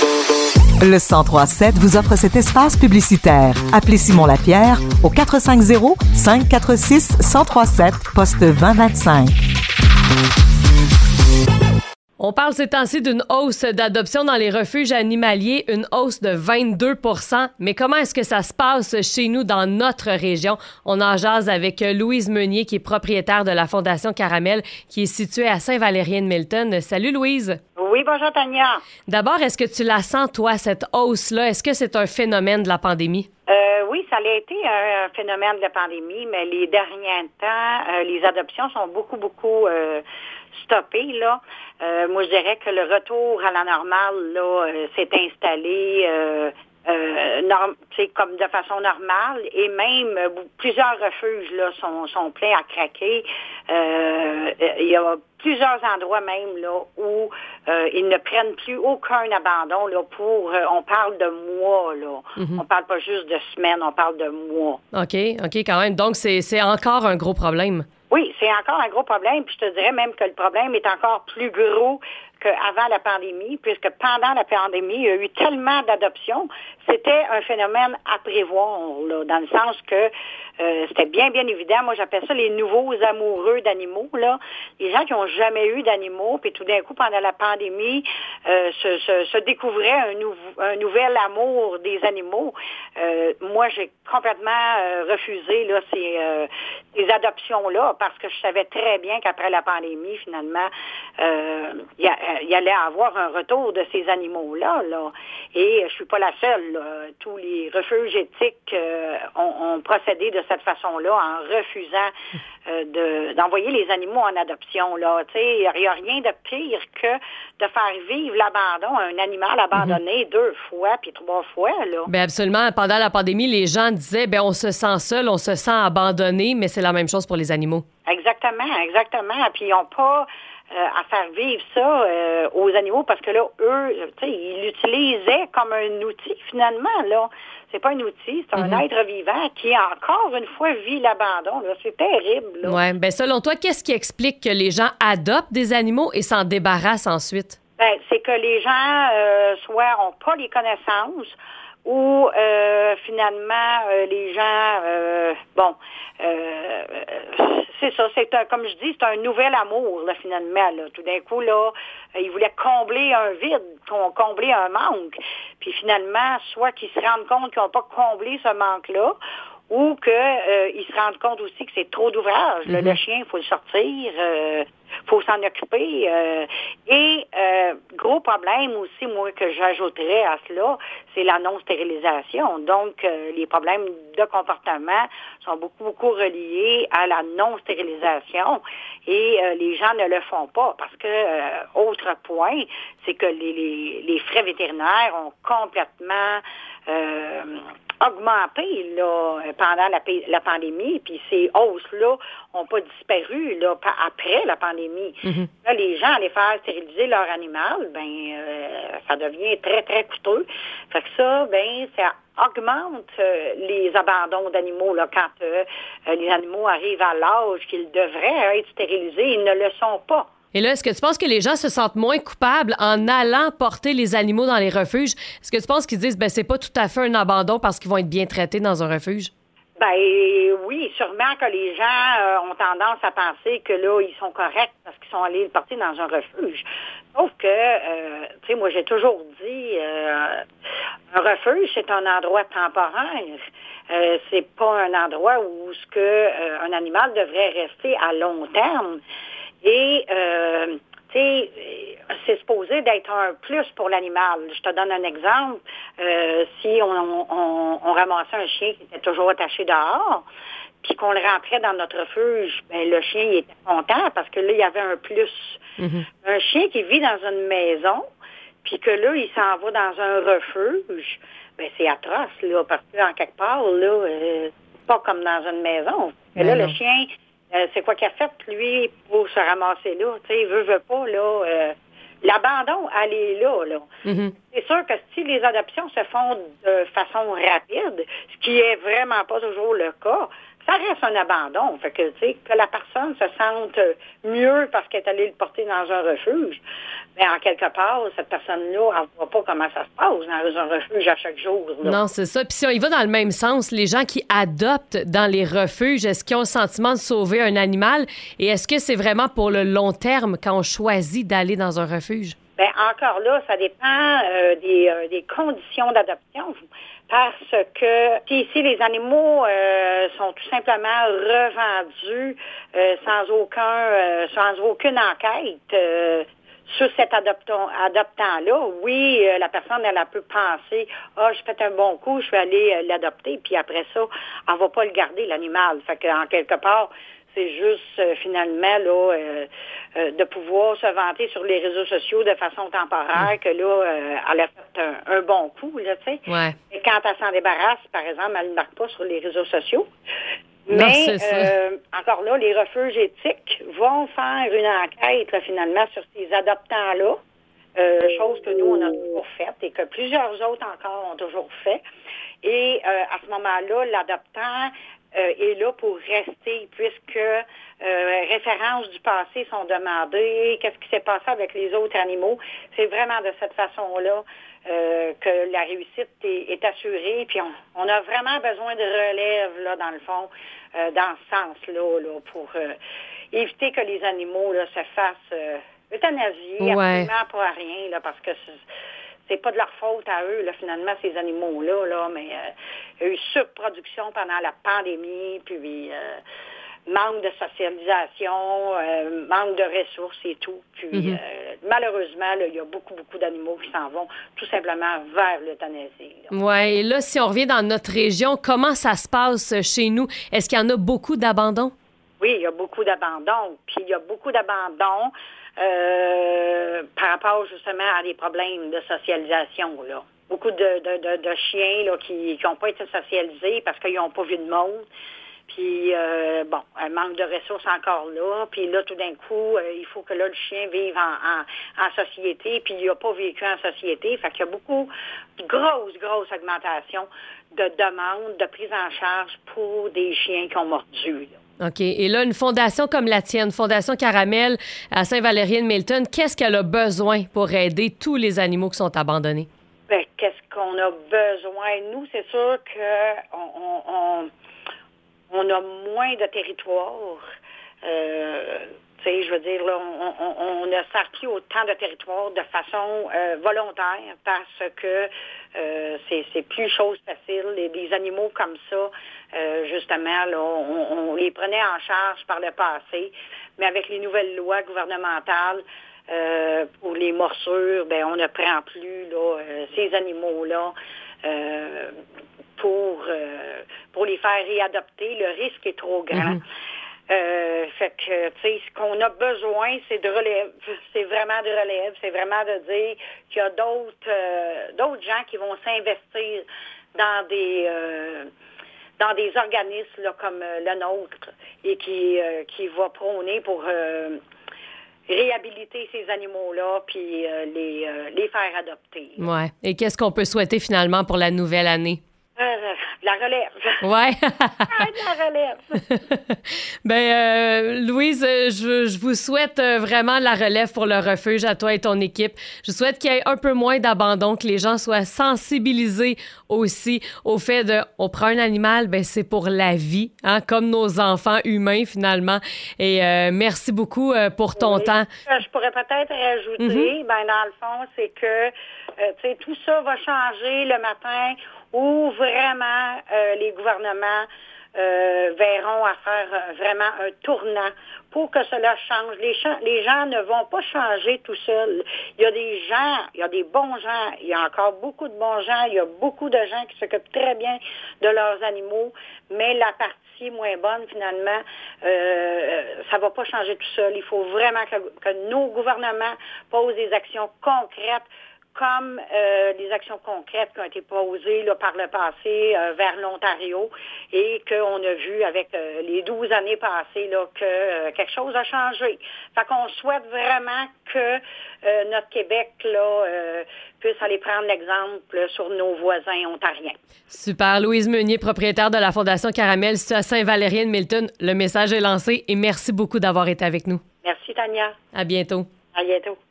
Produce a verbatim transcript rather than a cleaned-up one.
Le cent trois sept vous offre cet espace publicitaire. Appelez Simon Lapierre au quatre cinq zéro, cinq quatre six, un zéro trois sept, poste vingt vingt-cinq. On parle ces temps-ci d'une hausse d'adoption dans les refuges animaliers, une hausse de vingt-deux pour cent. Mais comment est-ce que ça se passe chez nous, dans notre région? On en jase avec Louise Meunier, qui est propriétaire de la Fondation Caramel, qui est située à Saint-Valérien-de-Milton. Salut, Louise. Oui, bonjour, Tania. D'abord, est-ce que tu la sens, toi, cette hausse-là? Est-ce que c'est un phénomène de la pandémie? Euh, oui, ça a été un phénomène de la pandémie, mais les derniers temps, euh, les adoptions sont beaucoup, beaucoup euh, stoppées, là. Euh, moi, je dirais que le retour à la normale, là, euh, s'est installé euh, euh, norm- comme de façon normale, et même euh, plusieurs refuges là sont, sont pleins à craquer. Euh, il y a plusieurs endroits même là où euh, ils ne prennent plus aucun abandon là pour. Euh, on parle de mois là. Mm-hmm. On parle pas juste de semaines, on parle de mois. Ok, ok, quand même. Donc c'est c'est encore un gros problème. Oui, c'est encore un gros problème, puis je te dirais même que le problème est encore plus gros qu'avant la pandémie, puisque pendant la pandémie, il y a eu tellement d'adoptions, c'était un phénomène à prévoir, là, dans le sens que euh, c'était bien, bien évident. Moi, j'appelle ça les nouveaux amoureux d'animaux, là. Les gens qui n'ont jamais eu d'animaux, puis tout d'un coup, pendant la pandémie, euh, se, se, se découvraient un, nou- un nouvel amour des animaux. Euh, moi, j'ai complètement euh, refusé là, ces, euh, ces adoptions-là, parce que je savais très bien qu'après la pandémie, finalement, euh, il y, y allait avoir un retour de ces animaux-là, là. Et je suis pas la seule, là. Tous les refuges éthiques euh, ont, ont procédé de cette façon-là en refusant euh, de, d'envoyer les animaux en adoption, là. Tu sais, il n'y a rien de pire que de faire vivre l'abandon à un animal abandonné mm-hmm. deux fois puis trois fois, là. Bien, absolument. Pendant la pandémie, les gens disaient, bien, on se sent seul, on se sent abandonné, mais c'est la même chose pour les animaux. Exactement, exactement. Puis ils n'ont pas euh, à faire vivre ça euh, aux animaux parce que là, eux, tu sais, ils l'utilisaient comme un outil finalement, là. C'est pas un outil, c'est un mm-hmm. être vivant qui, encore une fois, vit l'abandon, là. C'est terrible, là. Oui. Bien, selon toi, qu'est-ce qui explique que les gens adoptent des animaux et s'en débarrassent ensuite? Bien, c'est que les gens, euh, soit n'ont pas les connaissances, ou euh, finalement euh, les gens euh, bon euh, c'est ça, c'est un, comme je dis, c'est un nouvel amour là finalement là. Tout d'un coup là, ils voulaient combler un vide, combler un manque. Puis finalement, soit qu'ils se rendent compte qu'ils n'ont pas comblé ce manque-là, ou qu'ils euh, se rendent compte aussi que c'est trop d'ouvrage. Mm-hmm. Le chien, il faut le sortir, euh, faut s'en occuper. Euh, et euh, gros problème aussi, moi, que j'ajouterais à cela, c'est la non-stérilisation. Donc, euh, les problèmes de comportement sont beaucoup, beaucoup reliés à la non-stérilisation. Et euh, les gens ne le font pas parce que, euh, autre point, c'est que les, les, les frais vétérinaires ont complètement euh, augmenté là, pendant la, la pandémie, puis ces hausses-là n'ont pas disparu là, après la pandémie. Mm-hmm. Là, les gens allaient faire stériliser leur animal, ben euh, ça devient très, très coûteux. Fait que ça, ben ça augmente euh, les abandons d'animaux là, quand euh, les animaux arrivent à l'âge qu'ils devraient être stérilisés, ils ne le sont pas. Et là, est-ce que tu penses que les gens se sentent moins coupables en allant porter les animaux dans les refuges? Est-ce que tu penses qu'ils disent, ben c'est pas tout à fait un abandon parce qu'ils vont être bien traités dans un refuge? Ben oui, sûrement que les gens euh, ont tendance à penser que là, ils sont corrects parce qu'ils sont allés le porter dans un refuge. Sauf que, euh, tu sais, moi, j'ai toujours dit, euh, un refuge, c'est un endroit temporaire. Euh, c'est pas un endroit où ce que euh, un animal devrait rester à long terme. Et, euh, tu sais, c'est supposé d'être un plus pour l'animal. Je te donne un exemple. Euh, si on, on, on ramassait un chien qui était toujours attaché dehors, puis qu'on le rentrait dans notre refuge, ben, le chien il était content parce que là, il y avait un plus. Mm-hmm. Un chien qui vit dans une maison, puis que là, il s'en va dans un refuge, ben c'est atroce, là, parce qu'en quelque part, là, euh, c'est pas comme dans une maison. Et là, non. Le chien... Euh, c'est quoi qu'il a fait, lui, pour se ramasser là? Tu sais, il veut, veut pas, là. Euh, l'abandon, elle est là, là. Mm-hmm. C'est sûr que si les adoptions se font de façon rapide, ce qui est vraiment pas toujours le cas, ça reste un abandon. Fait que, tu sais, que la personne se sente mieux parce qu'elle est allée le porter dans un refuge, mais en quelque part, cette personne-là, elle ne voit pas comment ça se passe dans un refuge à chaque jour. Là. Non, c'est ça. Puis si on y va dans le même sens, les gens qui adoptent dans les refuges, est-ce qu'ils ont le sentiment de sauver un animal? Et est-ce que c'est vraiment pour le long terme quand on choisit d'aller dans un refuge? Bien, encore là, ça dépend euh, des, euh, des conditions d'adoption. Parce que ici, les animaux euh, sont tout simplement revendus euh, sans aucun, euh, sans aucune enquête euh, sur cet adoptant, adoptant-là. Oui, euh, la personne, elle, elle peut penser, ah, je fais un bon coup, je vais aller euh, l'adopter, puis après ça, elle va pas le garder, l'animal. Fait qu'en quelque part, c'est juste euh, finalement là euh, euh, de pouvoir se vanter sur les réseaux sociaux de façon temporaire que là, euh, elle a fait un, un bon coup, là, tu sais. Ouais. Et quand elle s'en débarrasse, par exemple, elle ne marque pas sur les réseaux sociaux. Non, Mais euh, encore là, les refuges éthiques vont faire une enquête là, finalement sur ces adoptants-là, euh, chose que nous, on a toujours faite et que plusieurs autres encore ont toujours fait. Et euh, à ce moment-là, l'adoptant Euh, est là pour rester, puisque euh, références du passé sont demandées, qu'est-ce qui s'est passé avec les autres animaux. C'est vraiment de cette façon-là euh, que la réussite est, est assurée. Puis on, on a vraiment besoin de relève, là, dans le fond, euh, dans ce sens-là, là, pour euh, éviter que les animaux là, se fassent euh, euthanasier, ouais. absolument pas à rien, là, parce que c'est, c'est pas de leur faute à eux, là, finalement, ces animaux-là, là, mais euh, il y a eu surproduction pendant la pandémie, puis euh, manque de socialisation, euh, manque de ressources et tout. Puis mm-hmm. euh, malheureusement, là, il y a beaucoup, beaucoup d'animaux qui s'en vont tout simplement vers l'euthanasie. Oui, et là, si on revient dans notre région, comment ça se passe chez nous? Est-ce qu'il y en a beaucoup d'abandons? Oui, il y a beaucoup d'abandons. Puis il y a beaucoup d'abandons euh, par rapport justement à des problèmes de socialisation, là. Beaucoup de, de, de, de chiens là, qui n'ont pas été socialisés parce qu'ils n'ont pas vu de monde. Puis, euh, bon, un manque de ressources encore là. Puis là, tout d'un coup, euh, il faut que là, le chien vive en, en, en société. Puis, il n'a pas vécu en société. Fait qu'il y a beaucoup de grosse, grosse augmentation de demandes de prise en charge pour des chiens qui ont mordu, là. OK. Et là, une fondation comme la tienne, Fondation Caramel à Saint-Valérien-de-Milton, qu'est-ce qu'elle a besoin pour aider tous les animaux qui sont abandonnés? Bien, qu'est-ce qu'on a besoin? Nous, c'est sûr qu'on on, on, on a moins de territoire. Euh, tu sais, je veux dire, là, on, on, on ne sert plus autant de territoire de façon euh, volontaire parce que euh, c'est, c'est plus chose facile. Et des animaux comme ça, euh, justement, là, on, on les prenait en charge par le passé, mais avec les nouvelles lois gouvernementales, Euh, pour les morsures, ben on ne prend plus là, euh, ces animaux-là euh, pour euh, pour les faire réadopter. Le risque est trop grand. Mm-hmm. Euh, fait que, tu sais, ce qu'on a besoin, c'est de relève. C'est vraiment de relève. C'est vraiment de dire qu'il y a d'autres euh, d'autres gens qui vont s'investir dans des euh, dans des organismes là, comme euh, le nôtre et qui euh, qui va prôner pour euh, réhabiliter ces animaux-là puis euh, les, euh, les faire adopter. Oui. Et qu'est-ce qu'on peut souhaiter finalement pour la nouvelle année? Euh, la relève. Ouais. ah, la relève. ben, euh, Louise, je, je vous souhaite vraiment la relève pour le refuge à toi et ton équipe. Je souhaite qu'il y ait un peu moins d'abandon, que les gens soient sensibilisés aussi au fait de, on prend un animal, ben c'est pour la vie, hein, comme nos enfants humains finalement. Et euh, merci beaucoup euh, pour ton oui. temps. Je pourrais peut-être rajouter, mm-hmm. ben dans le fond, c'est que, euh, tu sais, tout ça va changer le matin où vraiment euh, les gouvernements euh, verront à faire euh, vraiment un tournant pour que cela change. Les, cha- les gens ne vont pas changer tout seuls. Il y a des gens, il y a des bons gens, il y a encore beaucoup de bons gens, il y a beaucoup de gens qui s'occupent très bien de leurs animaux, mais la partie moins bonne, finalement, euh, ça ne va pas changer tout seul. Il faut vraiment que, que nos gouvernements posent des actions concrètes comme euh, des actions concrètes qui ont été posées là, par le passé euh, vers l'Ontario et qu'on a vu avec euh, les douze années passées là, que euh, quelque chose a changé. Fait qu'on souhaite vraiment que euh, notre Québec là, euh, puisse aller prendre l'exemple sur nos voisins ontariens. Super. Louise Meunier, propriétaire de la Fondation Caramel, située à Saint-Valérien-de-Milton. Le message est lancé et merci beaucoup d'avoir été avec nous. Merci, Tania. À bientôt. À bientôt.